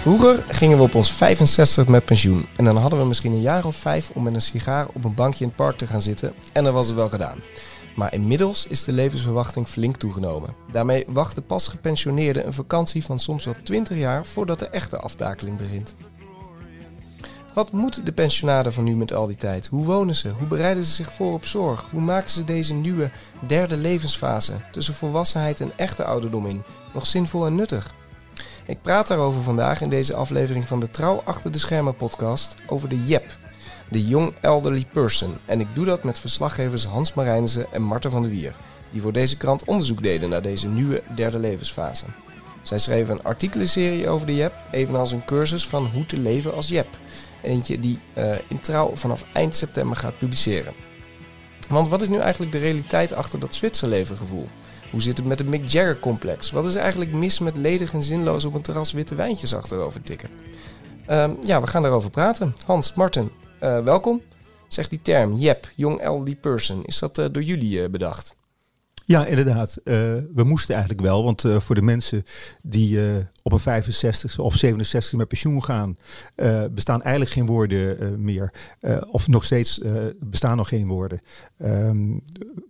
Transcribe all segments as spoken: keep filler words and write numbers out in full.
Vroeger gingen we op ons vijfenzestig met pensioen en dan hadden we misschien een jaar of vijf om met een sigaar op een bankje in het park te gaan zitten en dan was het wel gedaan. Maar inmiddels is de levensverwachting flink toegenomen. Daarmee wacht de pas gepensioneerde een vakantie van soms wel twintig jaar voordat de echte aftakeling begint. Wat moet de pensionade van nu met al die tijd? Hoe wonen ze? Hoe bereiden ze zich voor op zorg? Hoe maken ze deze nieuwe derde levensfase tussen volwassenheid en echte ouderdom in nog zinvol en nuttig? Ik praat daarover vandaag in deze aflevering van de Trouw Achter de Schermen podcast over de J E P, de Young Elderly Person. En ik doe dat met verslaggevers Hans Marijnissen en Marten van der Wier, die voor deze krant onderzoek deden naar deze nieuwe derde levensfase. Zij schreven een artikelenserie over de J E P, evenals een cursus van hoe te leven als J E P. Eentje die uh, in Trouw vanaf eind september gaat publiceren. Want wat is nu eigenlijk de realiteit achter dat Zwitserlevengevoel? Hoe zit het met het Mick Jagger-complex? Wat is er eigenlijk mis met ledig en zinloos op een terras witte wijntjes achterover tikken? Uh, ja, we gaan daarover praten. Hans, Marten, uh, welkom. Zeg die term, J E P, Young Elderly Person, is dat uh, door jullie uh, bedacht? Ja, inderdaad. Uh, we moesten eigenlijk wel, want uh, voor de mensen die uh, op een vijfenzestigste of zevenenzestigste met pensioen gaan, uh, bestaan eigenlijk geen woorden uh, meer. Uh, of nog steeds uh, bestaan nog geen woorden. Um,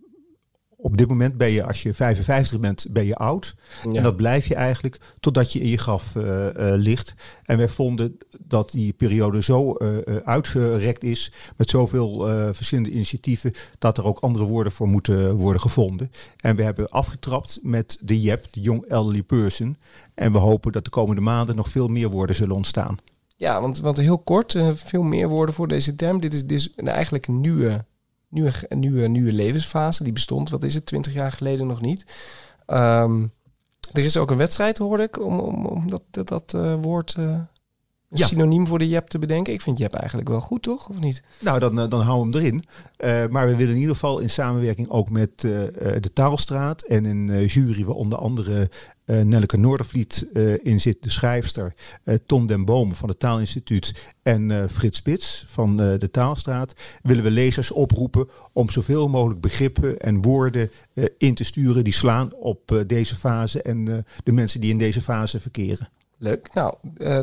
Op dit moment ben je, als je vijfenvijftig bent, ben je oud. Ja. En dat blijf je eigenlijk totdat je in je graf uh, uh, ligt. En wij vonden dat die periode zo uh, uitgerekt is, met zoveel uh, verschillende initiatieven, dat er ook andere woorden voor moeten worden gevonden. En we hebben afgetrapt met de J E P, de Young Elderly Person. En we hopen dat de komende maanden nog veel meer woorden zullen ontstaan. Ja, want, want heel kort, uh, veel meer woorden voor deze term. Dit is, dit is eigenlijk een nieuwe... Nieuwe, nieuwe, nieuwe levensfase, die bestond, wat is het, twintig jaar geleden nog niet. Um, er is ook een wedstrijd, hoorde ik, om, om, om dat, dat, dat uh, woord, uh, een ja. synoniem voor de J E P te bedenken. Ik vind J E P eigenlijk wel goed, toch? Of niet? Nou, dan, dan houden we hem erin. Uh, maar we willen in ieder geval in samenwerking ook met uh, de Taalstraat en een uh, jury waar onder andere uh, Nelleke Noordervliet uh, in zit, de schrijfster, uh, Tom den Boom van het Taalinstituut en uh, Frits Spits van uh, de Taalstraat, willen we lezers oproepen om zoveel mogelijk begrippen en woorden uh, in te sturen die slaan op uh, deze fase en uh, de mensen die in deze fase verkeren. Leuk. Nou, uh,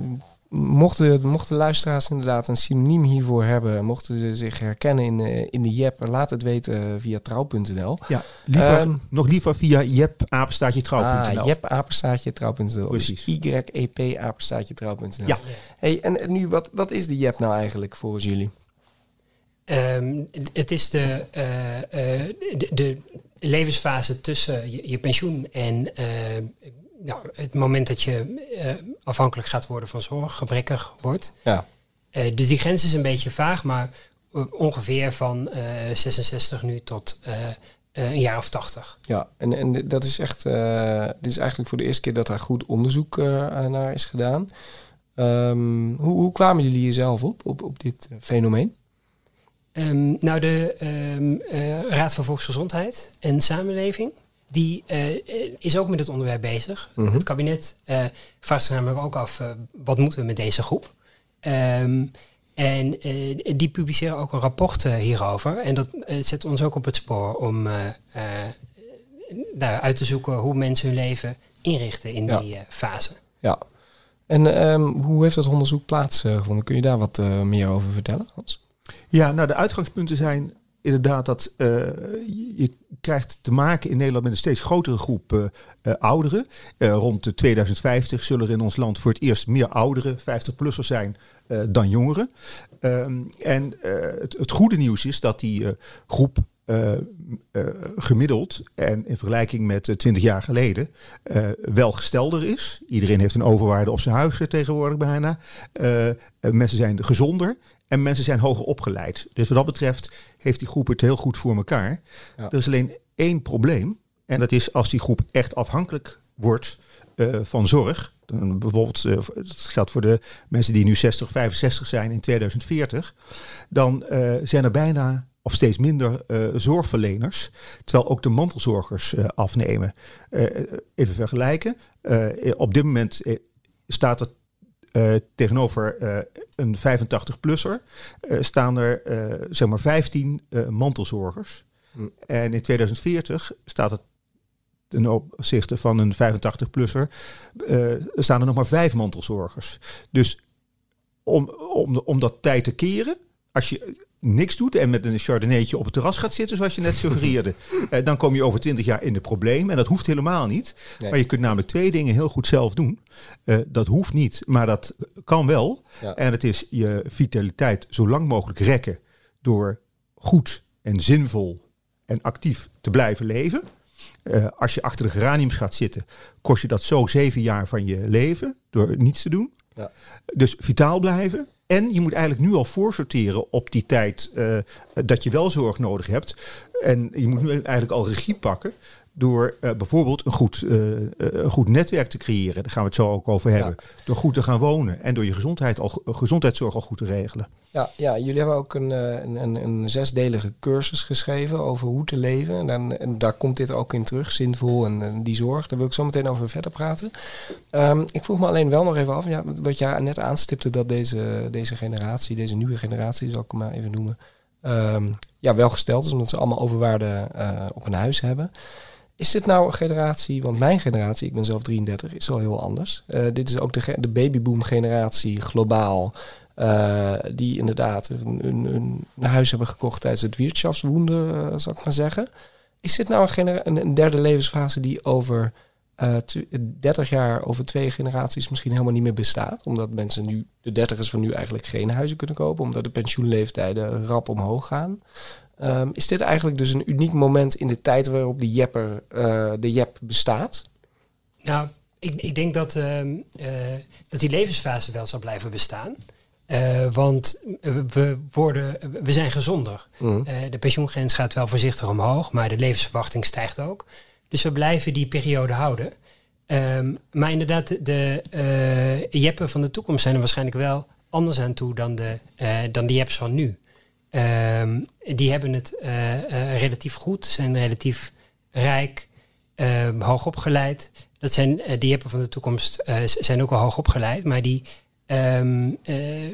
Mochten, mochten luisteraars inderdaad een synoniem hiervoor hebben, mochten ze zich herkennen in, uh, in de J E P, laat het weten via trouw punt n l. Ja, liever, um, nog liever via J E P apenstaartje trouw punt n l. Ah, J E P apenstaartje trouw punt n l. Precies. Dus Y E P apenstaartje trouw punt n l. Ja. Hey, en, en nu, wat, wat is de J E P nou eigenlijk volgens jullie? Um, het is de, uh, uh, de, de levensfase tussen je, je pensioen en uh, nou, het moment dat je uh, afhankelijk gaat worden van zorg, gebrekkig wordt. Ja. Uh, dus die grens is een beetje vaag, maar uh, ongeveer van uh, zesenzestig nu tot uh, uh, een jaar of tachtig. Ja, en, en dat is echt, uh, dit is eigenlijk voor de eerste keer dat daar goed onderzoek uh, naar is gedaan. Um, hoe, hoe kwamen jullie hier zelf op, op, op dit uh, fenomeen? Um, nou, de um, uh, Raad voor Volksgezondheid en Samenleving, die uh, is ook met het onderwerp bezig. Mm-hmm. Het kabinet uh, vraagt zich namelijk ook af, uh, wat moeten we met deze groep? Um, en uh, die publiceren ook een rapport uh, hierover. En dat uh, zet ons ook op het spoor om uh, uh, nou, uit te zoeken hoe mensen hun leven inrichten in ja. die uh, fase. Ja. En um, hoe heeft dat onderzoek plaatsgevonden? Uh, Kun je daar wat uh, meer over vertellen, Hans? Ja, nou de uitgangspunten zijn inderdaad dat uh, je krijgt te maken in Nederland met een steeds grotere groep uh, uh, ouderen. Uh, rond de tweeduizend vijftig zullen er in ons land voor het eerst meer ouderen, vijftig-plussers zijn uh, dan jongeren. Um, en uh, het, het goede nieuws is dat die uh, groep uh, uh, gemiddeld en in vergelijking met uh, twintig jaar geleden uh, wel gestelder is. Iedereen heeft een overwaarde op zijn huis uh, tegenwoordig bijna. Uh, uh, mensen zijn gezonder. En mensen zijn hoger opgeleid. Dus wat dat betreft heeft die groep het heel goed voor elkaar. Ja. Er is alleen één probleem. En dat is als die groep echt afhankelijk wordt uh, van zorg. Dan bijvoorbeeld, uh, dat geldt voor de mensen die nu zestig, vijfenzestig zijn in tweeduizend veertig. Dan uh, zijn er bijna of steeds minder uh, zorgverleners. Terwijl ook de mantelzorgers uh, afnemen. Uh, even vergelijken. Uh, op dit moment uh, staat er Uh, tegenover uh, een vijfentachtig-plusser uh, staan er uh, zeg maar vijftien uh, mantelzorgers. Hm. En in tweeduizend veertig staat het ten opzichte van een vijfentachtig-plusser uh, staan er nog maar vijf mantelzorgers. Dus om, om, om dat tijd te keren, als je niks doet en met een chardonnaytje op het terras gaat zitten, zoals je net suggereerde, uh, dan kom je over twintig jaar in de problemen. En dat hoeft helemaal niet. Nee. Maar je kunt namelijk twee dingen heel goed zelf doen. Uh, dat hoeft niet, maar dat kan wel. Ja. En het is je vitaliteit zo lang mogelijk rekken door goed en zinvol en actief te blijven leven. Uh, als je achter de geraniums gaat zitten, kost je dat zo zeven jaar van je leven door niets te doen. Ja. Dus vitaal blijven. En je moet eigenlijk nu al voorsorteren op die tijd uh, dat je wel zorg nodig hebt. En je moet nu eigenlijk al regie pakken door uh, bijvoorbeeld een goed, uh, een goed netwerk te creëren. Daar gaan we het zo ook over hebben. Ja. Door goed te gaan wonen en door je gezondheid al, gezondheidszorg al goed te regelen. Ja, ja, jullie hebben ook een, een, een, een zesdelige cursus geschreven over hoe te leven. En, dan, en daar komt dit ook in terug, zinvol en, en die zorg. Daar wil ik zo meteen over verder praten. Um, ik vroeg me alleen wel nog even af, ja, wat jij net aanstipte, dat deze, deze generatie, deze nieuwe generatie, zal ik hem maar even noemen, um, ja, wel gesteld is, omdat ze allemaal overwaarde uh, op een huis hebben. Is dit nou een generatie, want mijn generatie, ik ben zelf drieëndertig, is al heel anders. Uh, dit is ook de, de babyboom generatie globaal. Uh, die inderdaad een, een, een huis hebben gekocht tijdens het Wirtschaftswunder, uh, zal ik maar zeggen. Is dit nou een, genera- een, een derde levensfase die over uh, t- dertig jaar, over twee generaties misschien helemaal niet meer bestaat? Omdat mensen nu, de dertigers van nu eigenlijk geen huizen kunnen kopen, omdat de pensioenleeftijden rap omhoog gaan. Um, is dit eigenlijk dus een uniek moment in de tijd waarop de Jepper, uh, de Jep bestaat? Nou, ik, ik denk dat, uh, uh, dat die levensfase wel zal blijven bestaan. Uh, want we, worden, we zijn gezonder. Mm. Uh, de pensioengrens gaat wel voorzichtig omhoog, maar de levensverwachting stijgt ook. Dus we blijven die periode houden. Um, maar inderdaad, de uh, Jeppen van de toekomst zijn er waarschijnlijk wel anders aan toe dan de, uh, dan de Jeps van nu. Um, die hebben het uh, uh, relatief goed, zijn relatief rijk, uh, hoog opgeleid. Dat zijn uh, de Jeppen van de toekomst uh, zijn ook wel hoog opgeleid, maar die um, uh,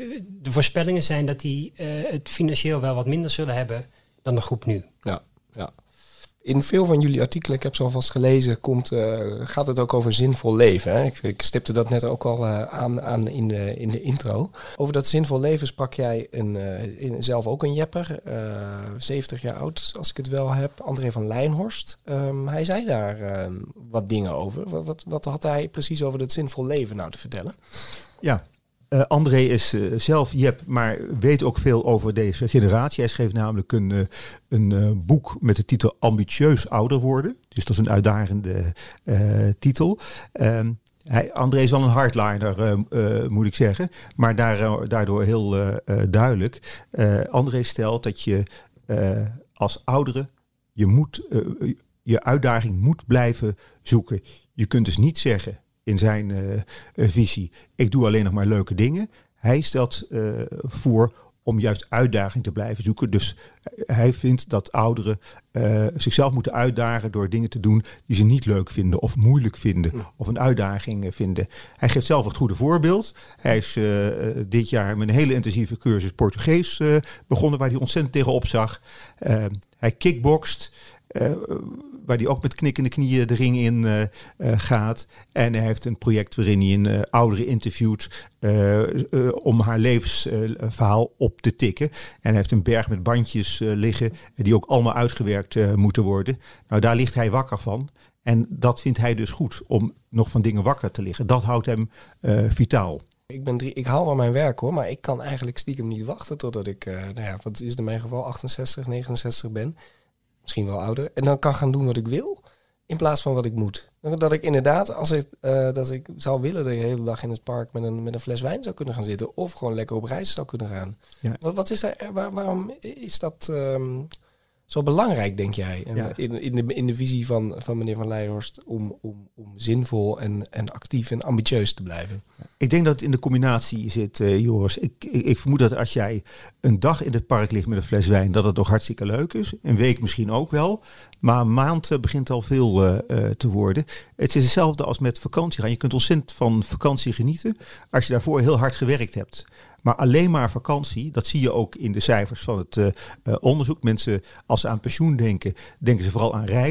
de voorspellingen zijn dat die uh, het financieel wel wat minder zullen hebben dan de groep nu. Ja, ja. In veel van jullie artikelen, ik heb ze alvast gelezen, komt, uh, gaat het ook over zinvol leven. Hè? Ik, ik stipte dat net ook al uh, aan, aan in, de, in de intro. Over dat zinvol leven sprak jij een, uh, in, zelf ook een Jepper, uh, zeventig jaar oud als ik het wel heb, André van Lijnhorst. Um, hij zei daar uh, wat dingen over. Wat, wat, wat had hij precies over dat zinvol leven nou te vertellen? Ja. Uh, André is uh, zelf Jep, maar weet ook veel over deze generatie. Hij schreef namelijk een, uh, een uh, boek met de titel Ambitieus ouder worden. Dus dat is een uitdagende uh, titel. Um, hij, André is wel een hardliner, uh, uh, moet ik zeggen. Maar daar, daardoor heel uh, uh, duidelijk. Uh, André stelt dat je uh, als oudere, je, moet, uh, je uitdaging moet blijven zoeken. Je kunt dus niet zeggen in zijn uh, uh, visie, ik doe alleen nog maar leuke dingen. Hij stelt uh, voor om juist uitdaging te blijven zoeken. Dus uh, hij vindt dat ouderen uh, zichzelf moeten uitdagen door dingen te doen die ze niet leuk vinden of moeilijk vinden mm. of een uitdaging uh, vinden. Hij geeft zelf het goede voorbeeld. Hij is uh, dit jaar met een hele intensieve cursus Portugees uh, begonnen, waar hij ontzettend tegenop zag. Uh, hij kickbokst. Uh, waar hij ook met knikkende knieën de ring in uh, uh, gaat. En hij heeft een project waarin hij een uh, oudere interviewt uh, uh, om haar levensverhaal uh, op te tikken. En hij heeft een berg met bandjes uh, liggen die ook allemaal uitgewerkt uh, moeten worden. Nou, daar ligt hij wakker van. En dat vindt hij dus goed, om nog van dingen wakker te liggen. Dat houdt hem uh, vitaal. Ik, ben drie, ik haal wel mijn werk hoor, maar ik kan eigenlijk stiekem niet wachten totdat ik, uh, nou ja, wat is in mijn geval, achtenzestig, negenenzestig ben. Misschien wel ouder. En dan kan gaan doen wat ik wil. In plaats van wat ik moet. Dat ik inderdaad, als ik, uh, dat ik zou willen dat ik de hele dag in het park met een, met een fles wijn zou kunnen gaan zitten. Of gewoon lekker op reis zou kunnen gaan. Ja. Wat, wat is daar, waar, waarom is dat um, zo belangrijk, denk jij? Ja. In, in, de, in de visie van, van meneer Van Lijnhorst om, om, om zinvol en, en actief en ambitieus te blijven? Ik denk dat het in de combinatie zit, uh, Joris. Ik, ik, ik vermoed dat als jij een dag in het park ligt met een fles wijn, dat het toch hartstikke leuk is. Een week misschien ook wel. Maar een maand uh, begint al veel uh, uh, te worden. Het is hetzelfde als met vakantie gaan. Je kunt ontzettend van vakantie genieten als je daarvoor heel hard gewerkt hebt. Maar alleen maar vakantie, dat zie je ook in de cijfers van het uh, uh, onderzoek. Mensen, als ze aan pensioen denken, denken ze vooral aan reizen.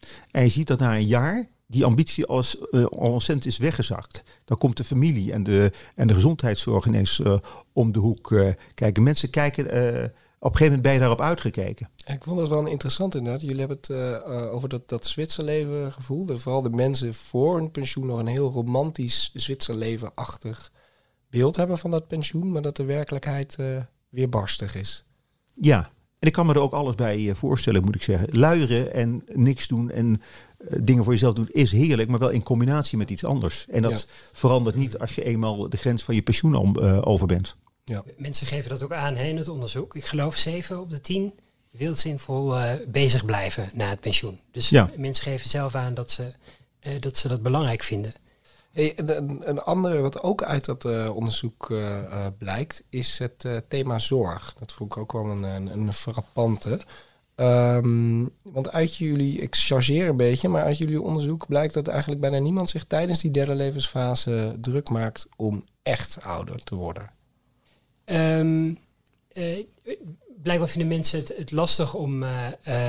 En je ziet dat na een jaar die ambitie als, uh, al ontzettend is weggezakt. Dan komt de familie en de, en de gezondheidszorg ineens uh, om de hoek uh, kijken. Mensen kijken, uh, op een gegeven moment ben je daarop uitgekeken. Ik vond dat wel interessant inderdaad. Jullie hebben het uh, uh, over dat, dat Zwitserleven gevoel. Dat vooral de mensen voor hun pensioen nog een heel romantisch Zwitserleven-achtig beeld hebben van dat pensioen. Maar dat de werkelijkheid uh, weer barstig is. Ja, en ik kan me er ook alles bij uh, voorstellen, moet ik zeggen. Luieren en niks doen en uh, dingen voor jezelf doen is heerlijk, maar wel in combinatie met iets anders. En dat ja. verandert niet als je eenmaal de grens van je pensioen om, uh, over bent. Ja. Mensen geven dat ook aan hè, in het onderzoek. Ik geloof zeven op de tien wil zinvol uh, bezig blijven na het pensioen. Dus ja. mensen geven zelf aan dat ze, uh, dat ze dat belangrijk vinden. Hey, een, een andere wat ook uit dat uh, onderzoek uh, uh, blijkt, is het uh, thema zorg. Dat vond ik ook wel een, een, een frappante. Um, want uit jullie, ik chargeer een beetje, maar uit jullie onderzoek blijkt dat eigenlijk bijna niemand zich tijdens die derde levensfase druk maakt om echt ouder te worden. Um, uh, blijkbaar vinden mensen het, het lastig om uh,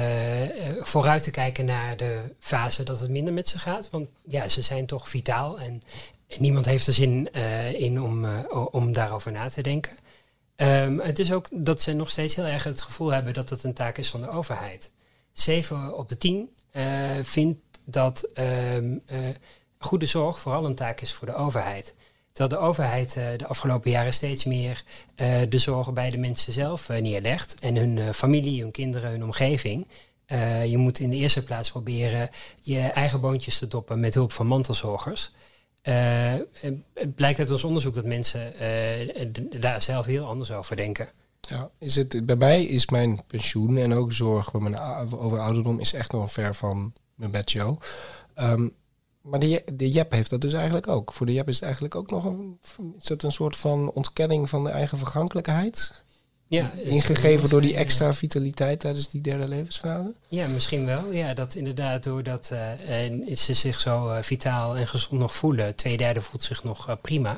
uh, vooruit te kijken naar de fase dat het minder met ze gaat. Want ja, ze zijn toch vitaal en, en niemand heeft er zin uh, in om, uh, om daarover na te denken. Um, het is ook dat ze nog steeds heel erg het gevoel hebben dat het een taak is van de overheid. Zeven op de tien uh, vindt dat um, uh, goede zorg vooral een taak is voor de overheid. Terwijl de overheid uh, de afgelopen jaren steeds meer uh, de zorgen bij de mensen zelf uh, neerlegt. En hun uh, familie, hun kinderen, hun omgeving. Uh, je moet in de eerste plaats proberen je eigen boontjes te doppen met hulp van mantelzorgers. Uh, het blijkt uit ons onderzoek dat mensen uh, d- daar zelf heel anders over denken. Ja, is het, bij mij is mijn pensioen en ook zorg voor mijn, over ouderdom is echt nog ver van mijn bedshow. Um, Maar de, de J E P heeft dat dus eigenlijk ook. Voor de J E P is het eigenlijk ook nog een, is dat een soort van ontkenning van de eigen vergankelijkheid? Ja, ingegeven door die extra vitaliteit tijdens die derde levensfase? Ja, misschien wel. Ja, dat inderdaad doordat uh, ze zich zo uh, vitaal en gezond nog voelen. Twee derde voelt zich nog uh, prima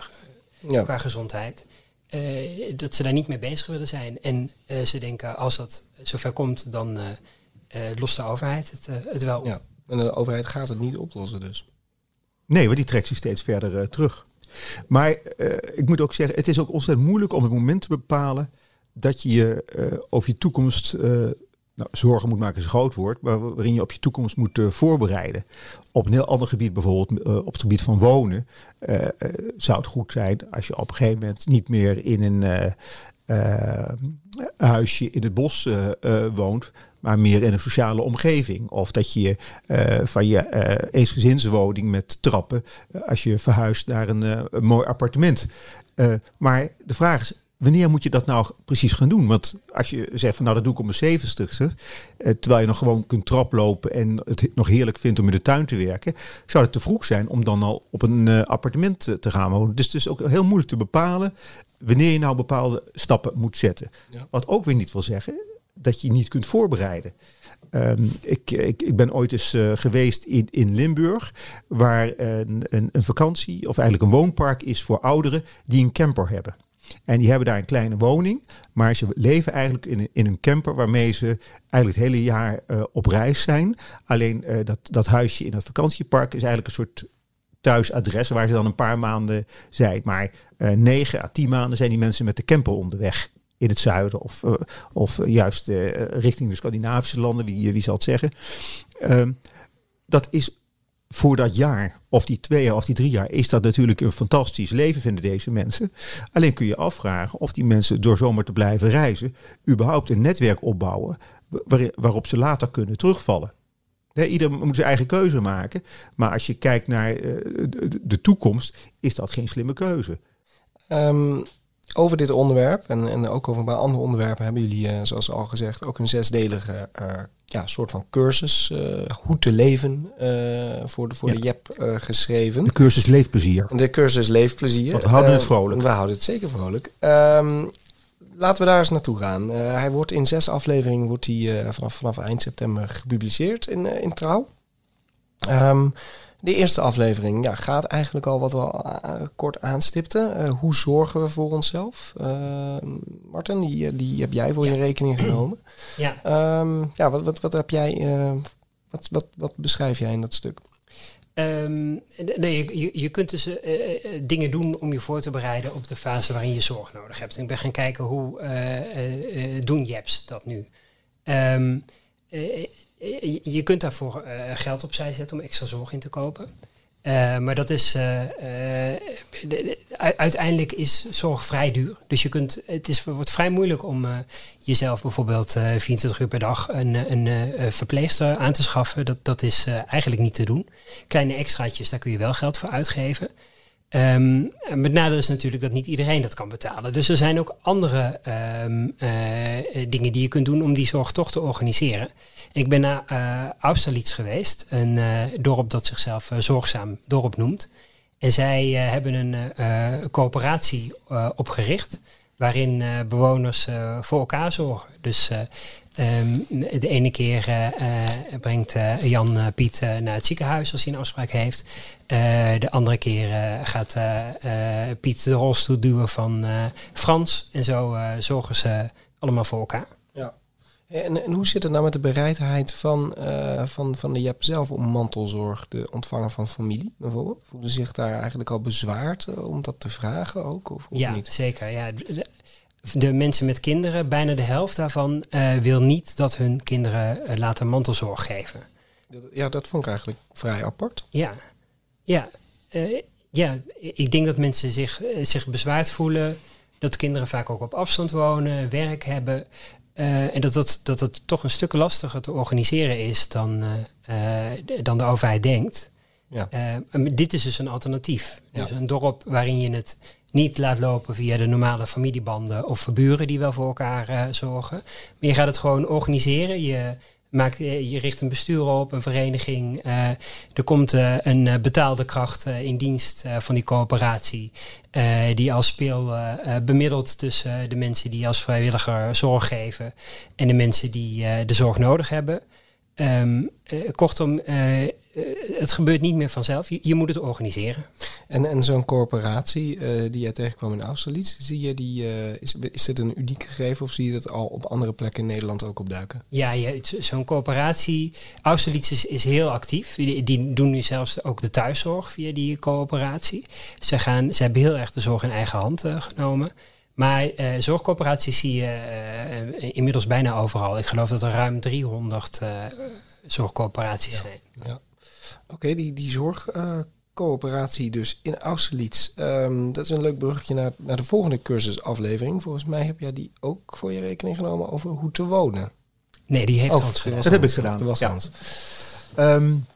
uh, ja. qua gezondheid. Uh, dat ze daar niet mee bezig willen zijn. En uh, ze denken als dat zover komt, dan uh, uh, lost de overheid het, uh, het wel op. Ja. En de overheid gaat het niet oplossen dus. Nee, maar die trekt zich steeds verder uh, terug. Maar uh, ik moet ook zeggen, het is ook ontzettend moeilijk om het moment te bepalen dat je je uh, over je toekomst uh, nou, zorgen moet maken is een groot woord, maar waarin je op je toekomst moet uh, voorbereiden. Op een heel ander gebied, bijvoorbeeld uh, op het gebied van wonen, uh, uh, zou het goed zijn als je op een gegeven moment niet meer in een uh, uh, huisje in het bos uh, uh, woont, maar meer in een sociale omgeving. Of dat je uh, van je uh, eensgezinswoning met trappen, uh, als je verhuist naar een, uh, een mooi appartement. Uh, maar de vraag is, wanneer moet je dat nou precies gaan doen? Want als je zegt van nou dat doe ik op mijn zeventigste, uh, terwijl je nog gewoon kunt traplopen en het nog heerlijk vindt om in de tuin te werken, zou het te vroeg zijn om dan al op een uh, appartement uh, te gaan wonen. Dus het is ook heel moeilijk te bepalen wanneer je nou bepaalde stappen moet zetten. Ja. Wat ook weer niet wil zeggen dat je niet kunt voorbereiden. Um, ik, ik, ik ben ooit eens uh, geweest in, in Limburg, waar een, een, een vakantie, of eigenlijk een woonpark is voor ouderen die een camper hebben. En die hebben daar een kleine woning, maar ze leven eigenlijk in een, in een camper waarmee ze eigenlijk het hele jaar uh, op reis zijn. Alleen uh, dat, dat huisje in het vakantiepark is eigenlijk een soort thuisadres waar ze dan een paar maanden zijn. Maar uh, negen à tien maanden zijn die mensen met de camper onderweg. In het zuiden of, uh, of uh, juist uh, richting de Scandinavische landen, wie, wie zal het zeggen. Uh, dat is voor dat jaar, of die twee jaar of die drie jaar, is dat natuurlijk een fantastisch leven, vinden deze mensen. Alleen kun je afvragen of die mensen door zomaar te blijven reizen, überhaupt een netwerk opbouwen waar, waarop ze later kunnen terugvallen. Nee, ieder moet zijn eigen keuze maken. Maar als je kijkt naar uh, de, de toekomst, is dat geen slimme keuze. Um, over dit onderwerp en, en ook over een paar andere onderwerpen hebben jullie, uh, zoals al gezegd, ook een zesdelige uh, ja, soort van cursus, uh, hoe te leven, uh, voor de, voor ja. de J E P uh, geschreven. De cursus Leefplezier. De cursus Leefplezier. Want we houden uh, het vrolijk. We houden het zeker vrolijk. Um, laten we daar eens naartoe gaan. Uh, hij wordt in zes afleveringen wordt hij, uh, vanaf, vanaf eind september gepubliceerd in, uh, in Trouw. Um, De eerste aflevering ja, gaat eigenlijk al wat we al uh, kort aanstipten. Uh, hoe zorgen we voor onszelf? Uh, Marten, die, die heb jij voor ja. je rekening genomen. Ja. Um, ja, wat, wat, wat heb jij, uh, Wat, wat, wat beschrijf jij in dat stuk? Um, nee, je, je kunt dus uh, uh, dingen doen om je voor te bereiden op de fase waarin je zorg nodig hebt. En ik ben gaan kijken hoe uh, uh, doen J E P S dat nu. Um, uh, je kunt daarvoor uh, geld opzij zetten om extra zorg in te kopen. Uh, maar dat is uh, uh, de, de, uiteindelijk is zorg vrij duur. Dus je kunt, het is, wordt vrij moeilijk om uh, jezelf bijvoorbeeld uh, vierentwintig uur per dag een, een, een verpleegster aan te schaffen. Dat, dat is uh, eigenlijk niet te doen. Kleine extraatjes, daar kun je wel geld voor uitgeven. Um, met nadeel is natuurlijk dat niet iedereen dat kan betalen. Dus er zijn ook andere um, uh, dingen die je kunt doen om die zorg toch te organiseren. Ik ben naar uh, Austerlitz geweest, een uh, dorp dat zichzelf uh, Zorgzaam dorp noemt. En zij uh, hebben een uh, coöperatie uh, opgericht waarin uh, bewoners uh, voor elkaar zorgen. Dus uh, um, de ene keer uh, uh, brengt uh, Jan uh, Piet uh, naar het ziekenhuis als hij een afspraak heeft. Uh, de andere keer uh, gaat uh, uh, Piet de rolstoel duwen van uh, Frans. En zo uh, zorgen ze allemaal voor elkaar. Ja. En, en hoe zit het nou met de bereidheid van, uh, van, van de J E P zelf om mantelzorg te ontvangen van familie bijvoorbeeld? Voelen ze zich daar eigenlijk al bezwaard uh, om dat te vragen ook? Of, of ja, niet? zeker. Ja. De, de mensen met kinderen, bijna de helft daarvan uh, wil niet dat hun kinderen uh, laten mantelzorg geven. Ja, dat vond ik eigenlijk vrij apart. Ja, ja. Uh, ja, ik denk dat mensen zich, uh, zich bezwaard voelen, dat kinderen vaak ook op afstand wonen, werk hebben. Uh, en dat het, dat het toch een stuk lastiger te organiseren is dan, uh, uh, dan de overheid denkt. Ja. Uh, dit is dus een alternatief. Ja. Dus een dorp waarin je het niet laat lopen via de normale familiebanden of buren die wel voor elkaar uh, zorgen. Maar je gaat het gewoon organiseren. Je, maakt, je richt een bestuur op, een vereniging. Uh, er komt uh, een uh, betaalde kracht uh, in dienst uh, van die coöperatie. Uh, die als speel uh, uh, bemiddelt tussen uh, de mensen die als vrijwilliger zorg geven en de mensen die uh, de zorg nodig hebben. Um, uh, kortom, uh, uh, het gebeurt niet meer vanzelf. Je, je moet het organiseren. En, en zo'n corporatie uh, die jij tegenkwam in Austerlitz, zie je die, uh, is, is dit een uniek gegeven of zie je dat al op andere plekken in Nederland ook opduiken? Ja, ja zo'n corporatie, Austerlitz is, is heel actief. Die, die doen nu zelfs ook de thuiszorg via die coöperatie. Ze, gaan, ze hebben heel erg de zorg in eigen hand uh, genomen. Maar uh, zorgcoöperaties zie je uh, inmiddels bijna overal. Ik geloof dat er ruim driehonderd uh, zorgcoöperaties ja. zijn. Ja. Oké, okay, die, die zorgcoöperatie uh, dus in Austerlitz. Um, dat is een leuk bruggetje naar, naar de volgende cursusaflevering. Volgens mij heb jij die ook voor je rekening genomen over hoe te wonen. Nee, die heeft oh, Hans gedaan. Dat heb ik gedaan. Dat was ja. Hans. Um,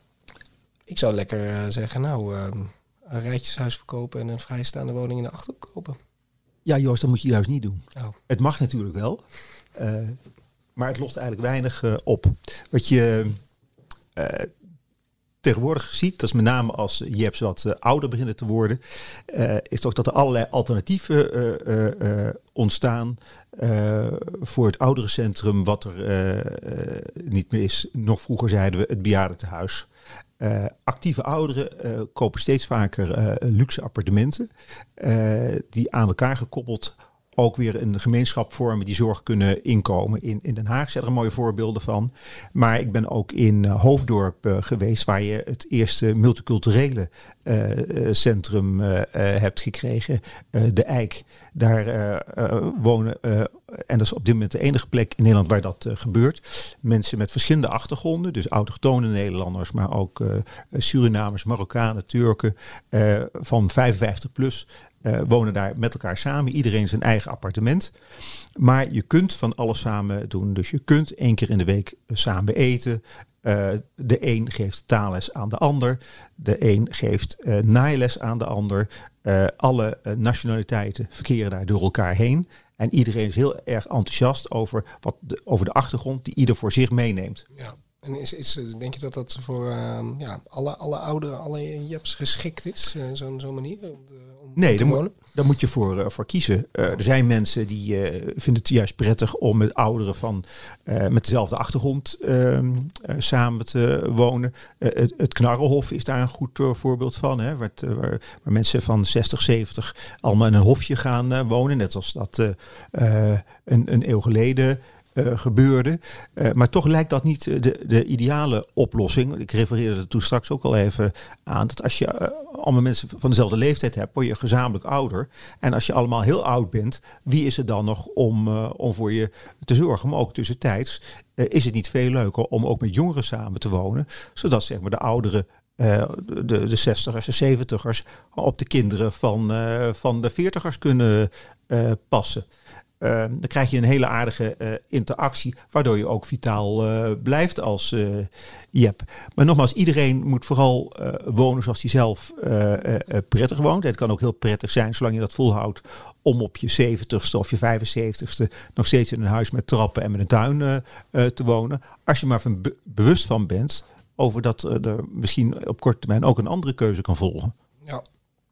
ik zou lekker uh, zeggen, nou, um, een rijtjeshuis verkopen en een vrijstaande woning in de Achterhoek kopen. Ja, Joost, dat moet je juist niet doen. Oh. Het mag natuurlijk wel, uh, maar het lost eigenlijk weinig uh, op. Wat je uh, tegenwoordig ziet, dat is met name als J E P's wat uh, ouder beginnen te worden, uh, is toch dat er allerlei alternatieven uh, uh, uh, ontstaan uh, voor het ouderencentrum, wat er uh, uh, niet meer is. Nog vroeger zeiden we het bejaardentehuis. Uh, actieve ouderen uh, kopen steeds vaker uh, luxe appartementen uh, die aan elkaar gekoppeld ook weer een gemeenschap vormen die zorg kunnen inkomen. In, in Den Haag zijn er mooie voorbeelden van. Maar ik ben ook in uh, Hoofddorp uh, geweest, waar je het eerste multiculturele uh, centrum uh, uh, hebt gekregen. Uh, de Eik. Daar uh, uh, wonen, uh, en dat is op dit moment de enige plek in Nederland waar dat uh, gebeurt. Mensen met verschillende achtergronden, dus autochtone Nederlanders, maar ook uh, Surinamers, Marokkanen, Turken, uh, van vijfenvijftig plus. Uh, wonen daar met elkaar samen. Iedereen zijn eigen appartement. Maar je kunt van alles samen doen. Dus je kunt één keer in de week samen eten. Uh, de een geeft taalles aan de ander. De een geeft uh, naailes aan de ander. Uh, alle uh, nationaliteiten verkeren daar door elkaar heen. En iedereen is heel erg enthousiast over, wat de, over de achtergrond die ieder voor zich meeneemt. Ja. En is, is, denk je dat dat voor uh, ja, alle, alle ouderen, alle J E P's geschikt is? Uh, Zo'n zo'n manier om, de, om nee, te daar wonen? Moet, daar moet je voor, uh, voor kiezen. Uh, er zijn mensen die uh, vinden het juist prettig om met ouderen van uh, met dezelfde achtergrond uh, uh, samen te wonen. Uh, het, het Knarrenhof is daar een goed uh, voorbeeld van. Hè, waar, uh, waar, waar mensen van zestig, zeventig allemaal in een hofje gaan uh, wonen. Net als dat uh, uh, een, een eeuw geleden uh, gebeurde. Uh, maar toch lijkt dat niet de, de ideale oplossing. Ik refereerde er toen straks ook al even aan. Dat als je uh, allemaal mensen van dezelfde leeftijd hebt, word je gezamenlijk ouder. En als je allemaal heel oud bent, wie is er dan nog om, uh, om voor je te zorgen? Maar ook tussentijds uh, is het niet veel leuker om ook met jongeren samen te wonen. Zodat zeg maar de ouderen, Uh, de, de zestigers, de zeventigers op de kinderen van, uh, van de veertigers kunnen uh, passen. Uh, dan krijg je een hele aardige uh, interactie, waardoor je ook vitaal uh, blijft als uh, Jep. Maar nogmaals, iedereen moet vooral uh, wonen zoals hij zelf uh, uh, prettig woont. Het kan ook heel prettig zijn, zolang je dat volhoudt, om op je zeventigste of je vijfenzeventigste nog steeds in een huis met trappen en met een tuin uh, uh, te wonen. Als je maar van be- bewust van bent over dat uh, er misschien op korte termijn ook een andere keuze kan volgen. Ja.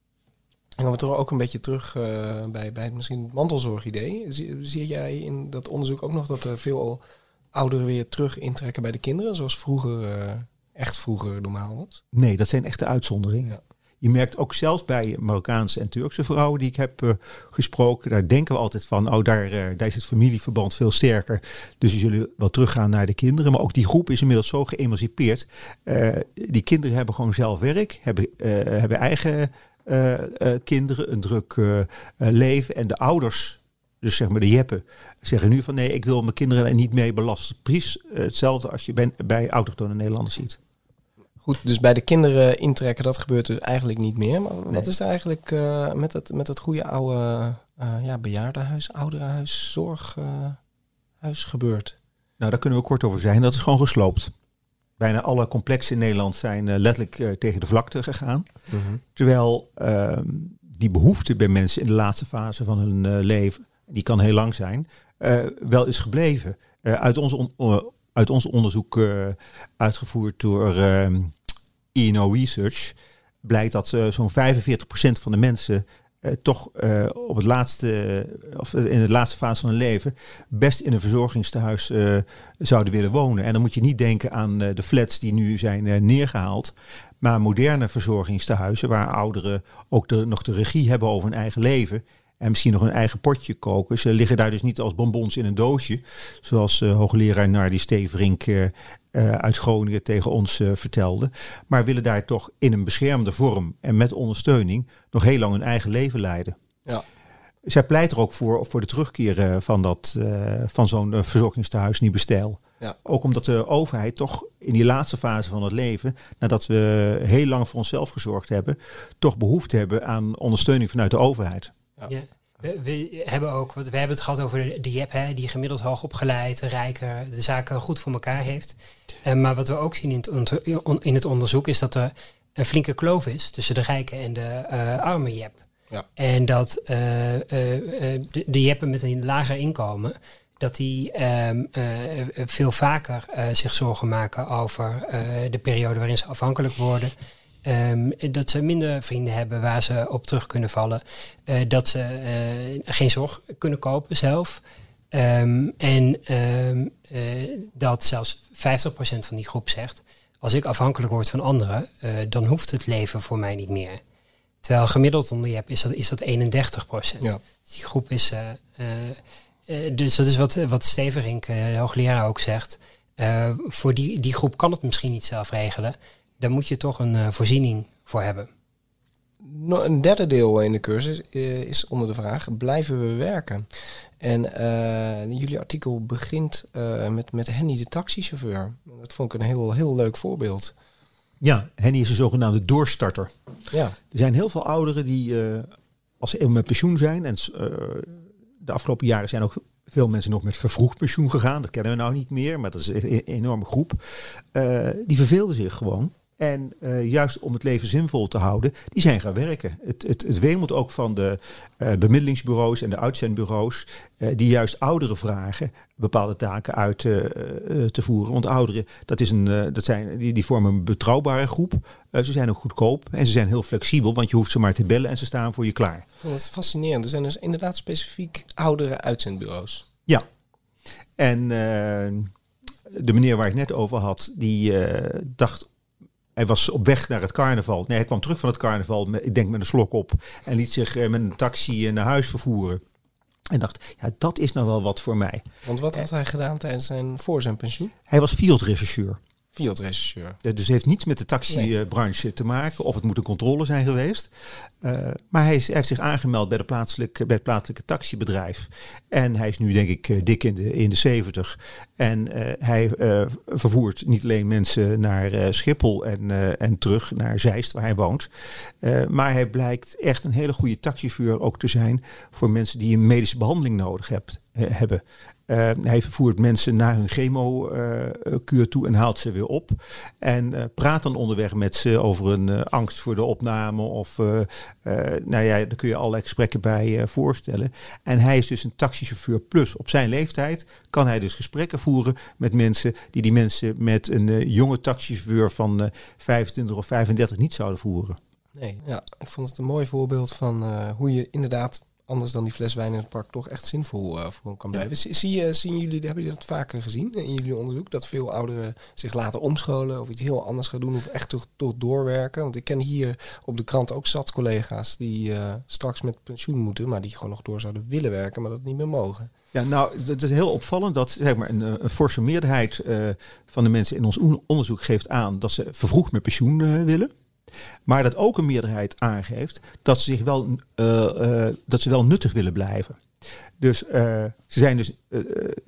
En dan we toch ook een beetje terug uh, bij, bij misschien het mantelzorgidee. Zie, zie jij in dat onderzoek ook nog dat er veel ouderen weer terug intrekken bij de kinderen, zoals vroeger, uh, echt vroeger normaal was? Nee, dat zijn echte uitzonderingen. Ja. Je merkt ook zelfs bij Marokkaanse en Turkse vrouwen die ik heb uh, gesproken, daar denken we altijd van, oh daar, uh, daar is het familieverband veel sterker. Dus die zullen wel teruggaan naar de kinderen. Maar ook die groep is inmiddels zo geëmancipeerd. Uh, die kinderen hebben gewoon zelf werk, hebben, uh, hebben eigen uh, uh, kinderen, een druk uh, uh, leven. En de ouders, dus zeg maar de jeppen, zeggen nu van nee, ik wil mijn kinderen er niet mee belasten. Precies uh, hetzelfde als je ben, bij autochtone Nederlanders ziet. Goed, dus bij de kinderen intrekken, dat gebeurt dus eigenlijk niet meer. Maar nee. Wat is er eigenlijk uh, met, het, met het goede oude uh, ja, bejaardenhuis, ouderenhuis, zorghuis uh, gebeurd? Nou, daar kunnen we kort over zijn. Dat is gewoon gesloopt. Bijna alle complexen in Nederland zijn uh, letterlijk uh, tegen de vlakte gegaan. Mm-hmm. Terwijl uh, die behoefte bij mensen in de laatste fase van hun uh, leven, die kan heel lang zijn, uh, wel is gebleven. Uh, uit ons on- uh, Uit ons onderzoek uh, uitgevoerd door uh, E N O Research blijkt dat uh, zo'n vijfenveertig procent van de mensen uh, toch uh, op het laatste, of in de laatste fase van hun leven best in een verzorgingstehuis uh, zouden willen wonen. En dan moet je niet denken aan uh, de flats die nu zijn uh, neergehaald, maar moderne verzorgingstehuizen waar ouderen ook de, nog de regie hebben over hun eigen leven. En misschien nog een eigen potje koken. Ze liggen daar dus niet als bonbons in een doosje. Zoals uh, hoogleraar Nardi Steverink uh, uh, uit Groningen tegen ons uh, vertelde. Maar willen daar toch in een beschermde vorm en met ondersteuning nog heel lang hun eigen leven leiden. Ja. Zij pleit er ook voor, voor de terugkeer uh, van, dat, uh, van zo'n uh, verzorgingstehuis Nieuwe Stijl. Ja. Ook omdat de overheid toch in die laatste fase van het leven, nadat we heel lang voor onszelf gezorgd hebben, toch behoefte hebben aan ondersteuning vanuit de overheid. Ja. Ja, we, we hebben ook, we hebben het gehad over de, de Jep, hè, die gemiddeld hoog opgeleid, rijker, de zaken goed voor elkaar heeft. Uh, maar wat we ook zien in het, onder, in het onderzoek is dat er een flinke kloof is tussen de rijke en de uh, arme Jep. Ja. En dat uh, uh, uh, de, de Jeppen met een lager inkomen, dat die um, uh, veel vaker uh, zich zorgen maken over uh, de periode waarin ze afhankelijk worden. Um, dat ze minder vrienden hebben waar ze op terug kunnen vallen. Uh, dat ze uh, geen zorg kunnen kopen zelf. Um, en um, uh, dat zelfs vijftig procent van die groep zegt, als ik afhankelijk word van anderen, uh, dan hoeft het leven voor mij niet meer. Terwijl gemiddeld onder je hebt is dat, is dat eenendertig procent. Ja. Dus die groep is... Uh, uh, uh, dus dat is wat, wat Steverink, uh, de hoogleraar, ook zegt. Uh, voor die, die groep kan het misschien niet zelf regelen. Daar moet je toch een uh, voorziening voor hebben. Een derde deel in de cursus uh, is onder de vraag, blijven we werken? En uh, jullie artikel begint uh, met, met Henny de taxichauffeur. Dat vond ik een heel, heel leuk voorbeeld. Ja, Henny is een zogenaamde doorstarter. Ja. Er zijn heel veel ouderen die uh, als ze met pensioen zijn, en uh, de afgelopen jaren zijn ook veel mensen nog met vervroegd pensioen gegaan. Dat kennen we nou niet meer, maar dat is een enorme groep. Uh, die verveelden zich gewoon. En uh, juist om het leven zinvol te houden, die zijn gaan werken. Het, het, het wemelt ook van de uh, bemiddelingsbureaus en de uitzendbureaus, uh, die juist ouderen vragen bepaalde taken uit uh, uh, te voeren. Want ouderen, dat is een, uh, dat zijn, die, die vormen een betrouwbare groep. Uh, ze zijn ook goedkoop en ze zijn heel flexibel, want je hoeft ze maar te bellen en ze staan voor je klaar. Dat is fascinerend. Er zijn dus inderdaad specifiek oudere uitzendbureaus. Ja. En uh, de meneer waar ik net over had, die uh, dacht... Hij was op weg naar het carnaval. Nee, hij kwam terug van het carnaval, met, ik denk met een slok op. En liet zich uh, met een taxi uh, naar huis vervoeren. En dacht, ja, dat is nou wel wat voor mij. Want wat had hij gedaan tijdens zijn, voor zijn pensioen? Hij was fieldrechercheur. Fieldrechercheur. Uh, dus heeft niets met de taxibranche nee. te maken. Of het moet een controle zijn geweest. Uh, maar hij, is, hij heeft zich aangemeld bij, de plaatselijke, bij het plaatselijke taxibedrijf. En hij is nu denk ik uh, dik in de, in de zeventig. En uh, hij uh, vervoert niet alleen mensen naar uh, Schiphol en, uh, en terug naar Zeist waar hij woont. Uh, maar hij blijkt echt een hele goede taxichauffeur ook te zijn voor mensen die een medische behandeling nodig hebt, uh, hebben. Uh, hij vervoert mensen naar hun chemo-kuur uh, toe en haalt ze weer op. En uh, praat dan onderweg met ze over een uh, angst voor de opname. Of, uh, uh, nou ja, daar kun je allerlei gesprekken bij uh, voorstellen. En hij is dus een taxichauffeur plus. Op zijn leeftijd kan hij dus gesprekken voeren met mensen die die mensen met een uh, jonge taxichauffeur van uh, vijfentwintig of vijfendertig niet zouden voeren. Nee, ja, ik vond het een mooi voorbeeld van uh, hoe je inderdaad anders dan die fles wijn in het park toch echt zinvol uh, voor kan blijven. Ja. Zie je, zien jullie, hebben jullie dat vaker gezien in jullie onderzoek? Dat veel ouderen zich laten omscholen of iets heel anders gaan doen of echt toch, toch doorwerken? Want ik ken hier op de krant ook zat collega's die uh, straks met pensioen moeten, maar die gewoon nog door zouden willen werken, maar dat niet meer mogen. Ja, nou, het is heel opvallend dat zeg maar, een, een forse meerderheid uh, van de mensen in ons onderzoek geeft aan dat ze vervroegd met pensioen uh, willen. Maar dat ook een meerderheid aangeeft dat ze zich wel, uh, uh, dat ze wel nuttig willen blijven. Dus uh, ze zijn dus uh,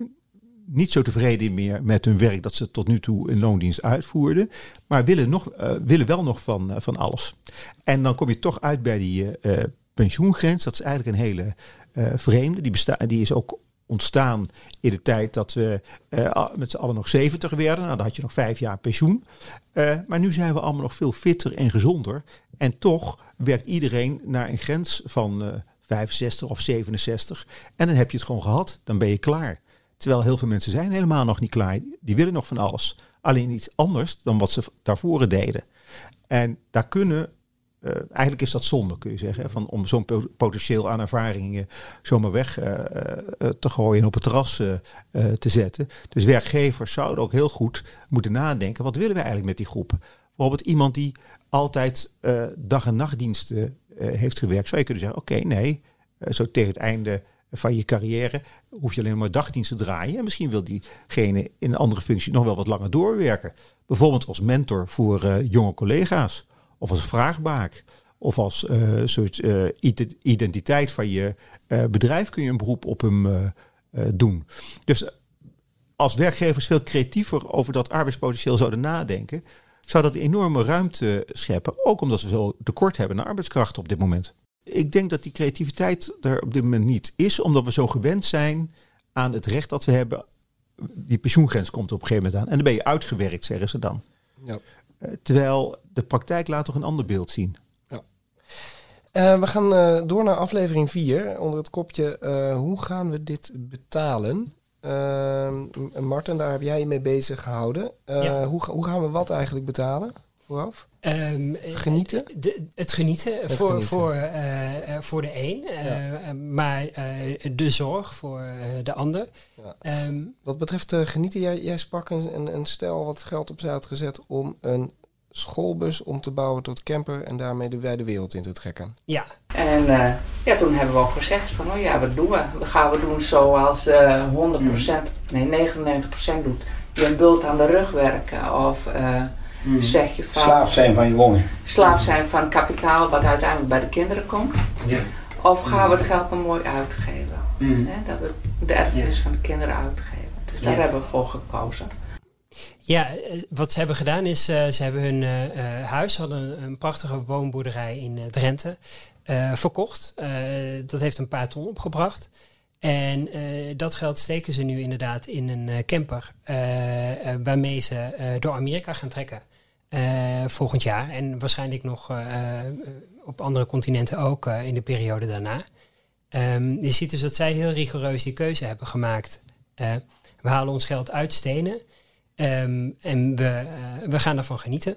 niet zo tevreden meer met hun werk dat ze tot nu toe in loondienst uitvoerden. Maar willen, nog, uh, willen wel nog van, uh, van alles. En dan kom je toch uit bij die uh, pensioengrens. Dat is eigenlijk een hele uh, vreemde. Die, besta- die is ook ontstaan in de tijd dat we uh, met z'n allen nog zeventig werden. Nou, dan had je nog vijf jaar pensioen. Uh, maar nu zijn we allemaal nog veel fitter en gezonder. En toch werkt iedereen naar een grens van uh, vijfenzestig of zevenenzestig. En dan heb je het gewoon gehad. Dan ben je klaar. Terwijl heel veel mensen zijn helemaal nog niet klaar. Die willen nog van alles. Alleen iets anders dan wat ze daarvoor deden. En daar kunnen... Uh, eigenlijk is dat zonde, kun je zeggen, van, om zo'n potentieel aan ervaringen zomaar weg uh, uh, te gooien en op het terras uh, uh, te zetten. Dus werkgevers zouden ook heel goed moeten nadenken, wat willen we eigenlijk met die groep? Bijvoorbeeld iemand die altijd uh, dag- en nachtdiensten uh, heeft gewerkt, zou je kunnen zeggen, oké, okay, nee, uh, zo tegen het einde van je carrière hoef je alleen maar dagdiensten te draaien. En misschien wil diegene in een andere functie nog wel wat langer doorwerken. Bijvoorbeeld als mentor voor uh, jonge collega's. Of als vraagbaak. Of als uh, soort uh, identiteit van je uh, bedrijf kun je een beroep op hem uh, uh, doen. Dus als werkgevers veel creatiever over dat arbeidspotentieel zouden nadenken, zou dat een enorme ruimte scheppen. Ook omdat we zo tekort hebben aan arbeidskrachten op dit moment. Ik denk dat die creativiteit er op dit moment niet is, omdat we zo gewend zijn aan het recht dat we hebben. Die pensioengrens komt er op een gegeven moment aan. En dan ben je uitgewerkt, zeggen ze dan. Ja. Uh, terwijl de praktijk laat toch een ander beeld zien. Ja. Uh, we gaan uh, door naar aflevering vier. Onder het kopje uh, hoe gaan we dit betalen? Uh, Marten, daar heb jij je mee bezig gehouden. Uh, ja. hoe, hoe gaan we wat eigenlijk betalen? Vooraf? Um, genieten? De, het genieten, het voor, genieten. Voor, uh, voor de een. Ja. Uh, maar uh, de zorg voor uh, de ander. Ja. Um, wat betreft uh, genieten, jij, jij sprak een, een, een stel wat geld opzij had gezet om een schoolbus om te bouwen tot camper en daarmee de wijde wereld in te trekken. Ja. En uh, ja, toen hebben we ook gezegd van, oh ja, wat doen we? We gaan we doen zoals uh, honderd procent, mm. nee negenennegentig procent doet. Je een bult aan de rug werken of uh, mm. zeg je van... Slaaf zijn van je woning. Slaaf zijn van kapitaal wat uiteindelijk bij de kinderen komt. Ja. Of gaan we het geld maar mooi uitgeven. Mm. Hè, dat we de erfenis ja. van de kinderen uitgeven. Dus daar ja. hebben we voor gekozen. Ja, wat ze hebben gedaan is, uh, ze hebben hun uh, huis, hadden een, een prachtige woonboerderij in uh, Drenthe, uh, verkocht. Uh, dat heeft een paar ton opgebracht. En uh, dat geld steken ze nu inderdaad in een uh, camper, uh, uh, waarmee ze uh, door Amerika gaan trekken uh, volgend jaar. En waarschijnlijk nog uh, op andere continenten ook uh, in de periode daarna. Um, je ziet dus dat zij heel rigoureus die keuze hebben gemaakt. Uh, we halen ons geld uit stenen. Um, en we, uh, we gaan daarvan genieten.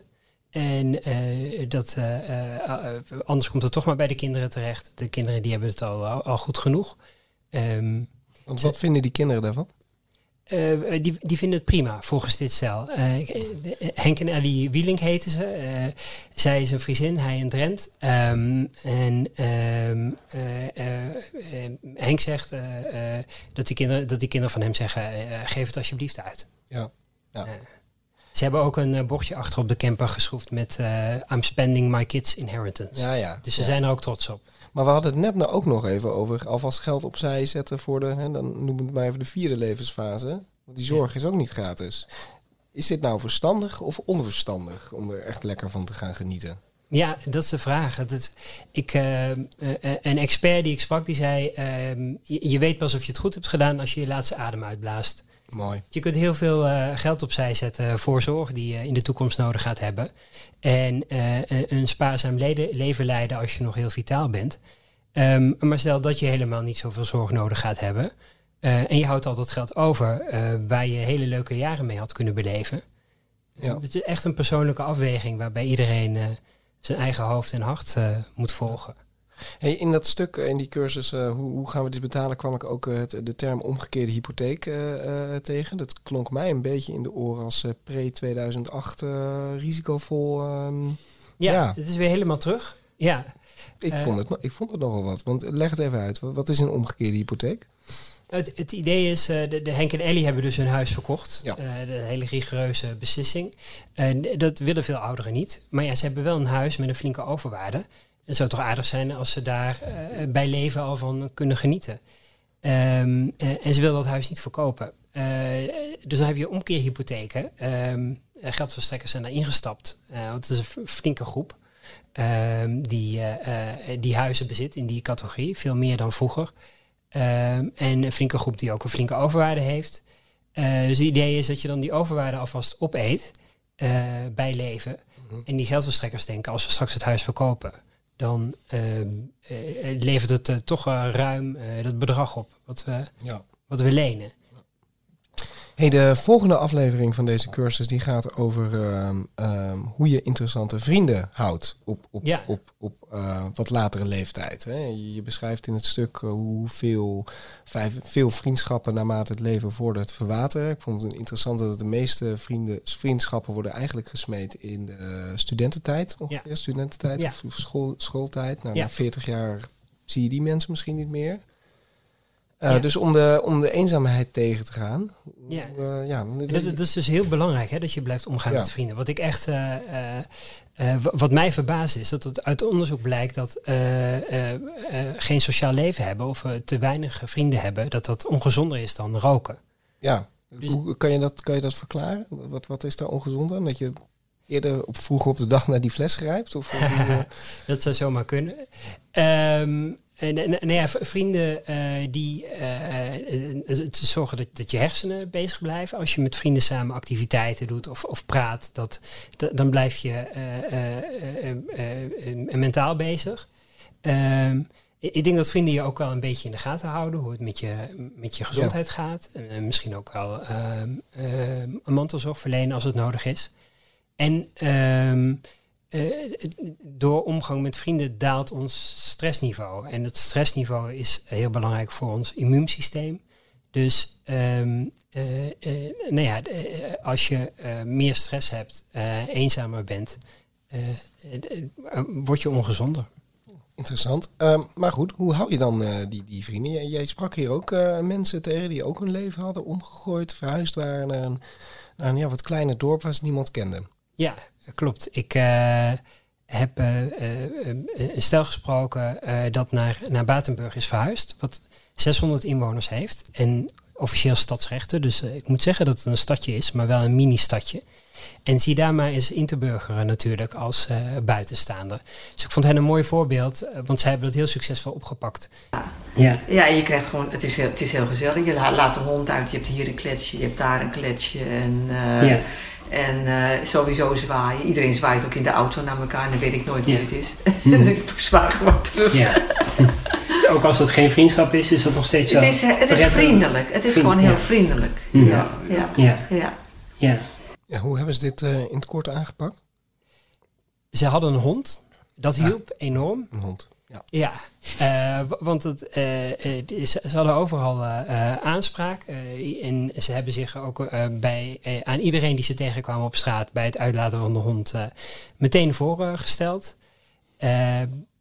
En uh, dat, uh, uh, uh, anders komt het toch maar bij de kinderen terecht. De kinderen die hebben het al, al, al goed genoeg. Um, Want wat vinden die kinderen daarvan? Uh, die, die vinden het prima, volgens dit stel. Uh, Henk en Ellie Wielink heten ze. Uh, zij is een Friesin, hij een Drent. Um, en um, uh, uh, uh, Henk zegt uh, uh, dat, die kinderen, dat die kinderen van hem zeggen... Uh, geef het alsjeblieft uit. Ja. Ja. Uh, ze hebben ook een uh, bordje achter op de camper geschroefd met... Uh, I'm spending my kids' inheritance. Ja, ja. Dus ze ja. zijn er ook trots op. Maar we hadden het net nou ook nog even over alvast geld opzij zetten voor de, hè, dan noem het maar even de vierde levensfase. Want die zorg is ook niet gratis. Is dit nou verstandig of onverstandig om er echt lekker van te gaan genieten? Ja, dat is de vraag. Het is, ik, uh, uh, een expert die ik sprak, die zei... Uh, je, je weet pas of je het goed hebt gedaan als je je laatste adem uitblaast. Mooi. Je kunt heel veel uh, geld opzij zetten voor zorg die je in de toekomst nodig gaat hebben. En uh, een spaarzaam leden, leven leiden als je nog heel vitaal bent. Um, maar stel dat je helemaal niet zoveel zorg nodig gaat hebben. Uh, en je houdt al dat geld over uh, waar je hele leuke jaren mee had kunnen beleven. Ja. Het is echt een persoonlijke afweging waarbij iedereen uh, zijn eigen hoofd en hart uh, moet volgen. Hey, in dat stuk, in die cursus, uh, hoe, hoe gaan we dit betalen, kwam ik ook uh, het, de term omgekeerde hypotheek uh, uh, tegen. Dat klonk mij een beetje in de oren als uh, pre tweeduizend acht uh, risicovol. Um, ja, ja, het is weer helemaal terug. Ja. Ik, uh, vond het, ik vond het nogal wat, want leg het even uit. Wat is een omgekeerde hypotheek? Het, het idee is, uh, de, de Henk en Ellie hebben dus hun huis verkocht. Ja. Uh, de hele rigoureuze beslissing. Uh, dat willen veel ouderen niet. Maar ja, ze hebben wel een huis met een flinke overwaarde. Het zou toch aardig zijn als ze daar uh, bij leven al van kunnen genieten. Um, uh, en ze willen dat huis niet verkopen. Uh, dus dan heb je omkeerhypotheken. Um, geldverstrekkers zijn daar ingestapt. Uh, want het is een flinke groep um, die, uh, uh, die huizen bezit in die categorie. Veel meer dan vroeger. Um, en een flinke groep die ook een flinke overwaarde heeft. Uh, dus het idee is dat je dan die overwaarde alvast opeet uh, bij leven. Mm-hmm. En die geldverstrekkers denken, als we straks het huis verkopen... dan uh, uh, levert het uh, toch uh, ruim uh, dat bedrag op wat we, ja. wat we lenen. Hey, de volgende aflevering van deze cursus die gaat over um, um, hoe je interessante vrienden houdt op, op, ja. op, op uh, wat latere leeftijd. Hè. Je, je beschrijft in het stuk uh, hoeveel vijf, veel vriendschappen naarmate het leven vordert verwateren. Ik vond het interessant dat de meeste vrienden, vriendschappen worden eigenlijk gesmeed in de uh, studententijd. Ongeveer ja. studententijd ja. of school, schooltijd. Nou, ja. Na veertig jaar zie je die mensen misschien niet meer. Uh, ja. Dus om de, om de eenzaamheid tegen te gaan. Ja. Uh, ja, dat, dat is dus heel belangrijk, hè, dat je blijft omgaan ja. met vrienden. Wat ik echt, uh, uh, uh, wat mij verbaast is, dat het uit onderzoek blijkt dat uh, uh, uh, geen sociaal leven hebben of uh, te weinig vrienden hebben, dat dat ongezonder is dan roken. Ja, dus, hoe kan je dat, kan je dat verklaren? Wat, wat is daar ongezond aan? Dat je eerder op vroeger op de dag naar die fles grijpt? Of, of uh... dat zou zomaar kunnen. Um, En, en, en ja, vrienden uh, die uh, uh, te zorgen dat, dat je hersenen bezig blijven. Als je met vrienden samen activiteiten doet of, of praat, dat, dat, dan blijf je uh, uh, uh, uh, uh, mentaal bezig. Uh, ik denk dat vrienden je ook wel een beetje in de gaten houden, hoe het met je, met je gezondheid ja. gaat. En uh, misschien ook wel uh, uh, een mantelzorg verlenen als het nodig is. En uh, Uh, door omgang met vrienden daalt ons stressniveau. En het stressniveau is heel belangrijk voor ons immuunsysteem. Dus um, uh, uh, nou ja, uh, als je uh, meer stress hebt, uh, eenzamer bent, uh, uh, uh, word je ongezonder. Interessant. Um, maar goed, hoe hou je dan uh, die, die vrienden? Jij, jij sprak hier ook uh, mensen tegen die ook hun leven hadden omgegooid, verhuisd waren naar een, naar een ja, wat kleiner dorp waar ze niemand kenden. Ja, klopt. Ik uh, heb uh, uh, een stel gesproken uh, dat naar, naar Batenburg is verhuisd, wat zeshonderd inwoners heeft en officieel stadsrechten. Dus uh, ik moet zeggen dat het een stadje is, maar wel een mini-stadje. En zie daar maar eens in te burgeren natuurlijk als uh, buitenstaander. Dus ik vond hen een mooi voorbeeld, uh, want zij hebben dat heel succesvol opgepakt. Ja, ja. ja je krijgt gewoon, het is, heel, het is heel gezellig. Je laat de hond uit, je hebt hier een kletsje, je hebt daar een kletsje en... Uh, ja. En uh, sowieso zwaaien. Iedereen zwaait ook in de auto naar elkaar. En dan weet ik nooit wie ja. het is. Mm. Ik zwaai gewoon terug. Ja. Dus ook als het geen vriendschap is, is dat nog steeds zo? Het is, het is vriendelijk. Het is Vriend, gewoon heel ja. vriendelijk. Mm. Ja. Ja. Ja. Ja. Ja. Ja, hoe hebben ze dit uh, in het kort aangepakt? Ze hadden een hond. Dat hielp ah. enorm. Een hond. Ja, ja uh, want het, uh, ze hadden overal uh, uh, aanspraak. Uh, en ze hebben zich ook uh, bij, uh, aan iedereen die ze tegenkwamen op straat bij het uitlaten van de hond uh, meteen voorgesteld. Uh,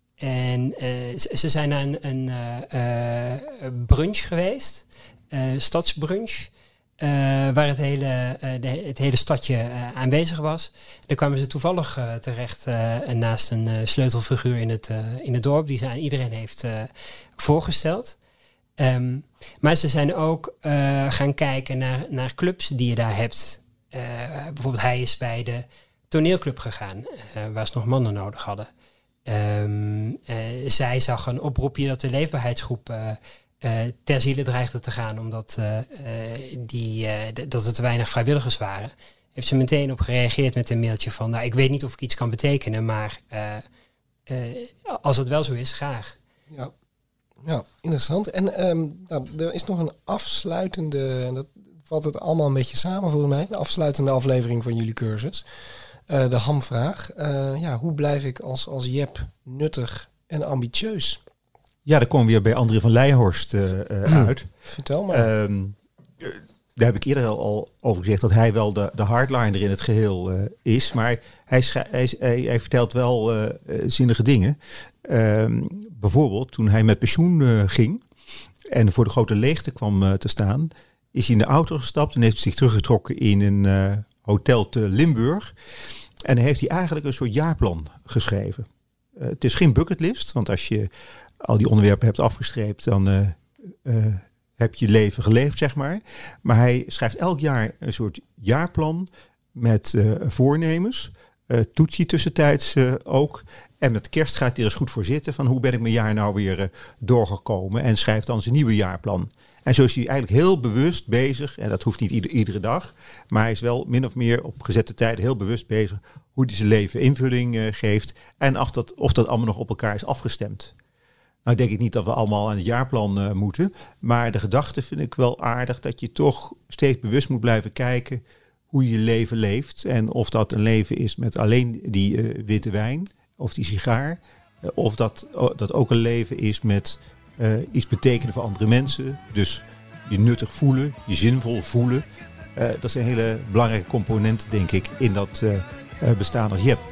en uh, ze, ze zijn naar een, een uh, uh, brunch geweest, uh, stadsbrunch. Uh, waar het hele, uh, de, het hele stadje uh, aanwezig was. Daar kwamen ze toevallig uh, terecht uh, naast een uh, sleutelfiguur in het, uh, in het dorp die ze aan iedereen heeft uh, voorgesteld. Um, maar ze zijn ook uh, gaan kijken naar, naar clubs die je daar hebt. Uh, bijvoorbeeld hij is bij de toneelclub gegaan, uh, waar ze nog mannen nodig hadden. Um, uh, zij zag een oproepje dat de leefbaarheidsgroep Uh, Uh, ter ziele dreigde te gaan omdat uh, uh, die, uh, d- dat er te weinig vrijwilligers waren. Heeft ze meteen op gereageerd met een mailtje van, nou, ik weet niet of ik iets kan betekenen, maar uh, uh, als het wel zo is, graag. Ja, ja interessant. En um, nou, er is nog een afsluitende, en dat valt het allemaal een beetje samen volgens mij, de afsluitende aflevering van jullie cursus. Uh, de hamvraag. Uh, ja, hoe blijf ik als, als Jep nuttig en ambitieus? Ja, daar komen we weer bij André van Leijhorst uh, uh, uit. Vertel maar. Um, uh, daar heb ik eerder al, al over gezegd dat hij wel de, de hardliner in het geheel uh, is. Maar hij, scha- hij, hij, hij vertelt wel uh, uh, zinnige dingen. Um, bijvoorbeeld toen hij met pensioen uh, ging en voor de grote leegte kwam uh, te staan, is hij in de auto gestapt en heeft zich teruggetrokken in een uh, hotel te Limburg. En dan heeft hij eigenlijk een soort jaarplan geschreven. Uh, het is geen bucketlist, want als je al die onderwerpen hebt afgestreept, dan uh, uh, heb je leven geleefd, zeg maar. Maar hij schrijft elk jaar een soort jaarplan met uh, voornemens. Uh, toetst hij tussentijds uh, ook. En met kerst gaat hij er eens goed voor zitten van hoe ben ik mijn jaar nou weer uh, doorgekomen. En schrijft dan zijn nieuwe jaarplan. En zo is hij eigenlijk heel bewust bezig. En dat hoeft niet ieder, iedere dag. Maar hij is wel min of meer op gezette tijden heel bewust bezig hoe hij zijn leven invulling uh, geeft. En of dat, of dat allemaal nog op elkaar is afgestemd. Nou denk ik niet dat we allemaal aan het jaarplan uh, moeten. Maar de gedachte vind ik wel aardig dat je toch steeds bewust moet blijven kijken hoe je je leven leeft. En of dat een leven is met alleen die uh, witte wijn of die sigaar. Uh, of dat, uh, dat ook een leven is met uh, iets betekenen voor andere mensen. Dus je nuttig voelen, je zinvol voelen. Uh, dat zijn hele belangrijke componenten, denk ik, in dat uh, uh, bestaan als Jep.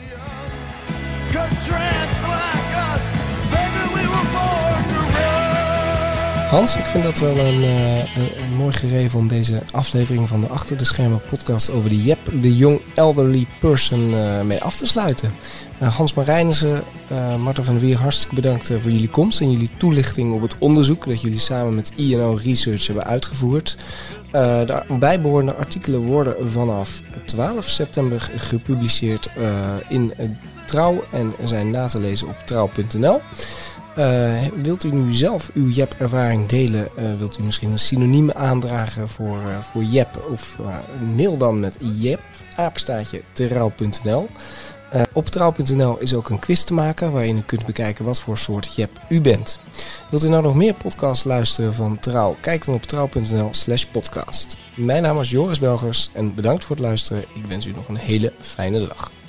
Hans, ik vind dat wel een, uh, een, een mooi gegeven om deze aflevering van de Achter de Schermen podcast over de Jep, de Young Elderly Person, uh, mee af te sluiten. Uh, Hans Marijnissen, uh, Marten van der Wier, hartstikke bedankt uh, voor jullie komst en jullie toelichting op het onderzoek dat jullie samen met I N O Research hebben uitgevoerd. Uh, de bijbehorende artikelen worden vanaf twaalf september gepubliceerd uh, in uh, Trouw en zijn na te lezen op trouw punt n l. Uh, wilt u nu zelf uw Jep-ervaring delen? Uh, wilt u misschien een synoniem aandragen voor, uh, voor Jep? Of uh, mail dan met jep, apenstaartje, trouw punt n l. Uh, op trouw punt n l is ook een quiz te maken waarin u kunt bekijken wat voor soort Jep u bent. Wilt u nou nog meer podcasts luisteren van Trouw? Kijk dan op trouw punt n l slash podcast. Mijn naam is Joris Belgers en bedankt voor het luisteren. Ik wens u nog een hele fijne dag.